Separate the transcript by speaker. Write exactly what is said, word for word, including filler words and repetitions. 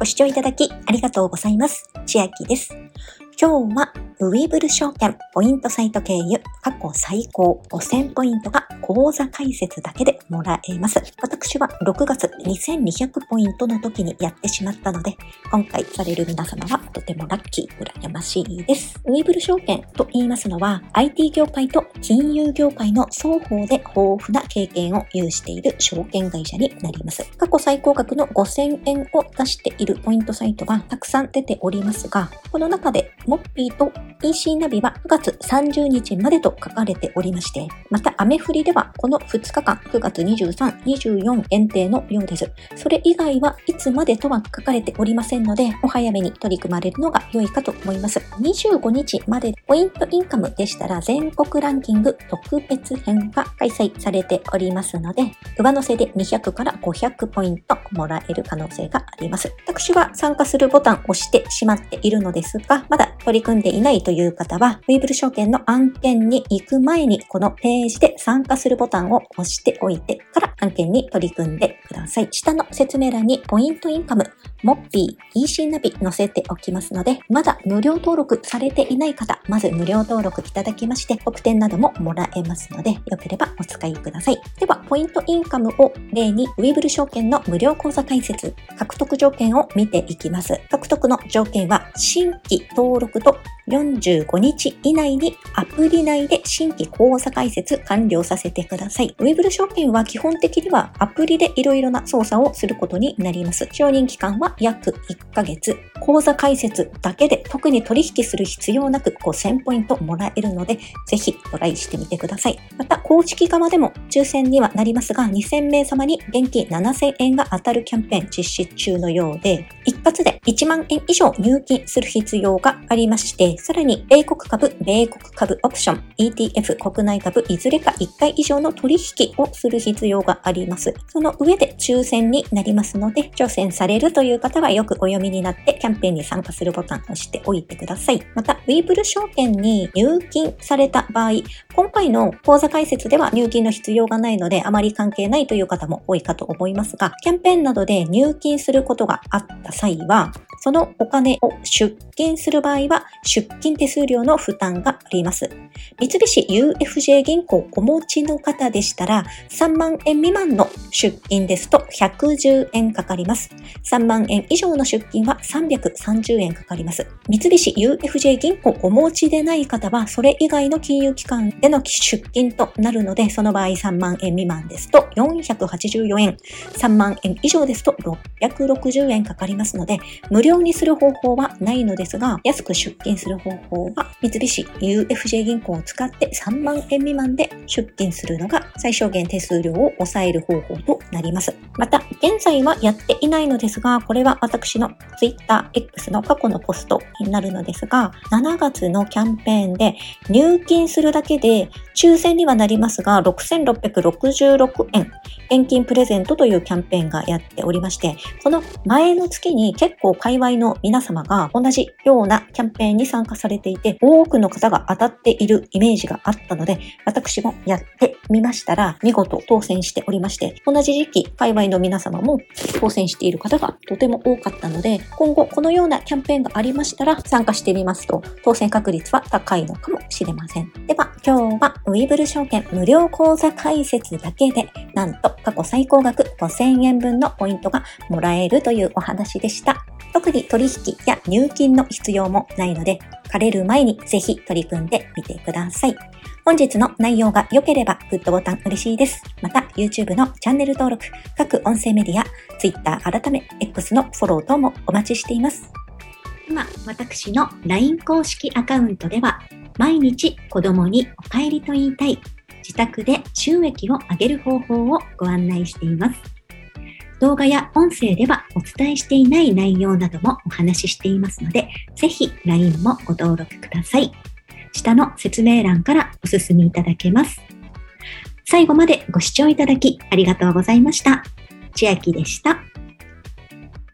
Speaker 1: ご視聴いただきありがとうございます。千秋です。今日はウィブル証券ポイントサイト経由過去最高ごせんポイントが口座開設だけでもらえます。私はろくがつにせんにひゃくポイントの時にやってしまったので、今回される皆様はとてもラッキー、羨ましいです。ウィブル証券と言いますのは アイティー 業界と金融業界の双方で豊富な経験を有している証券会社になります。過去最高額のごせんえんを出しているポイントサイトはたくさん出ておりますが、この中でモッピーと イーシー ナビはくがつさんじゅうにちまでと書かれておりまして、またアメフリではこのふつかかんくがつにじゅうさん、にじゅうよん限定のようです。それ以外はいつまでとは書かれておりませんので、お早めに取り組まれるのが良いかと思います。にじゅうごにちまでポイントインカムでしたら全国ランキング特別編が開催されておりますので、上乗せでにひゃくからごひゃくポイントもらえる可能性があります。私は参加するボタンを押してしまっているのですが、まだ取り組んでいないという方は、ウィブル証券の案件に行く前にこのページで参加するボタンを押しておいてから案件に取り組んでください。下の説明欄にポイントインカム、モッピー、イーシー ナビ載せておきますので、まだ無料登録されていない方、まず無料登録いただきまして、特典などももらえますので、よければお使いください。では、ポイントインカムを例に、ウィブル証券の無料口座開設、獲得条件を見ていきます。獲得の条件は、新規登録とよんじゅうごにち以内にアプリ内で新規口座開設完了させてください。ウィブル証券は基本的にはアプリでいろいろな操作をすることになります。承認期間は約いっかげつ。口座開設だけで特に取引する必要なくごせんポイントもらえるので、ぜひトライしてみてください。また、公式側でも抽選にはなりますが、にせんめい様に現金ななせんえんが当たるキャンペーン実施中のようで、一括でいちまんえん以上入金する必要がありまして、さらに米国株、米国株オプション、イーティーエフ、国内株いずれかいっかい以上の取引をする必要があります。その上で抽選になりますので、挑戦されるという方はよくお読みになってキャンペーンに参加するボタンを押しておいてください。また、ウィブル証券に入金された場合、今回の口座開設では入金の必要がないのであまり関係ないという方も多いかと思いますが、キャンペーンなどで入金することがあった際は、そのお金を出金する場合は出金手数料の負担があります。三菱 ユーエフジェー 銀行をお持ちの方でしたらさんまんえん未満の出金ですとひゃくじゅうえんかかります。さんまんえん以上の出金はさんびゃくさんじゅうえんかかります。三菱 ユーエフジェー 銀行をお持ちでない方はそれ以外の金融機関での出金となるので、その場合さんまんえん未満ですとよんひゃくはちじゅうよんえん、さんまんえん以上ですとろっぴゃくろくじゅうえんかかりますので、無料にする方法はないのですが、安く出金する方法は三菱 ユーエフジェー 銀行を使ってさんまんえん未満で出金するのが最小限手数料を抑える方法となります。また、現在はやっていないのですが、これは私の Twitter X の過去のポストになるのですが、しちがつのキャンペーンで入金するだけで抽選にはなりますがろくせんろっぴゃくろくじゅうろくえん現金プレゼントというキャンペーンがやっておりまして、この前の月に結構界隈の皆様が同じようなキャンペーンに参加されていて、多くの方が当たっているイメージがあったので、私もやってみましたら見事当選しておりまして、同じ時期界隈の皆様も当選している方がとても多かったので、今後このようなキャンペーンがありましたら参加してみますと当選確率は高いのかもしれません。では今日はウィブル証券無料口座開設だけでなんと過去最高額ごせんえんぶんのポイントがもらえるというお話でした。特に取引や入金の必要もないので、借れる前にぜひ取り組んでみてください。本日の内容が良ければグッドボタン嬉しいです。また YouTube のチャンネル登録、各音声メディア、Twitter 改め X のフォロー等もお待ちしています。今、私の ライン 公式アカウントでは、毎日子供にお帰りと言いたい、自宅で収益を上げる方法をご案内しています。動画や音声ではお伝えしていない内容などもお話ししていますので、ぜひ ライン もご登録ください。下の説明欄からお進みいただけます。最後までご視聴いただきありがとうございました。千秋でした。